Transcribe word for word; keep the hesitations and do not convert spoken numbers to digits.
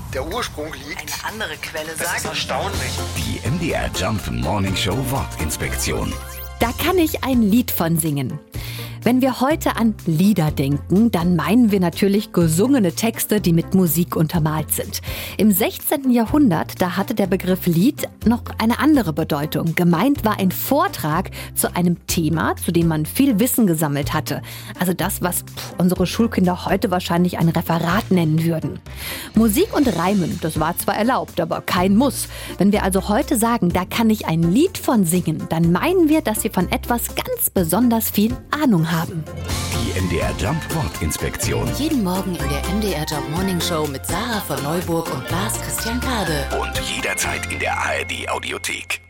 der Ursprung liegt. Eine andere Quelle Das sagt... ist erstaunlich. Die M D R Jump Morning Show Wortinspektion. Da kann ich ein Lied von singen. Wenn wir heute an Lieder denken, dann meinen wir natürlich gesungene Texte, die mit Musik untermalt sind. Im sechzehnten Jahrhundert, da hatte der Begriff Lied noch eine andere Bedeutung. Gemeint war ein Vortrag zu einem Thema, zu dem man viel Wissen gesammelt hatte. Also das, was pff, unsere Schulkinder heute wahrscheinlich ein Referat nennen würden. Musik und Reimen, das war zwar erlaubt, aber kein Muss. Wenn wir also heute sagen, da kann ich ein Lied von singen, dann meinen wir, dass wir von etwas ganz besonders viel Ahnung haben. Die M D R Jump Wortinspektion. Jeden Morgen in der M D R Jump Morning Show mit Sarah von Neuburg und Lars Christian Kade. Und jederzeit in der A R D Audiothek.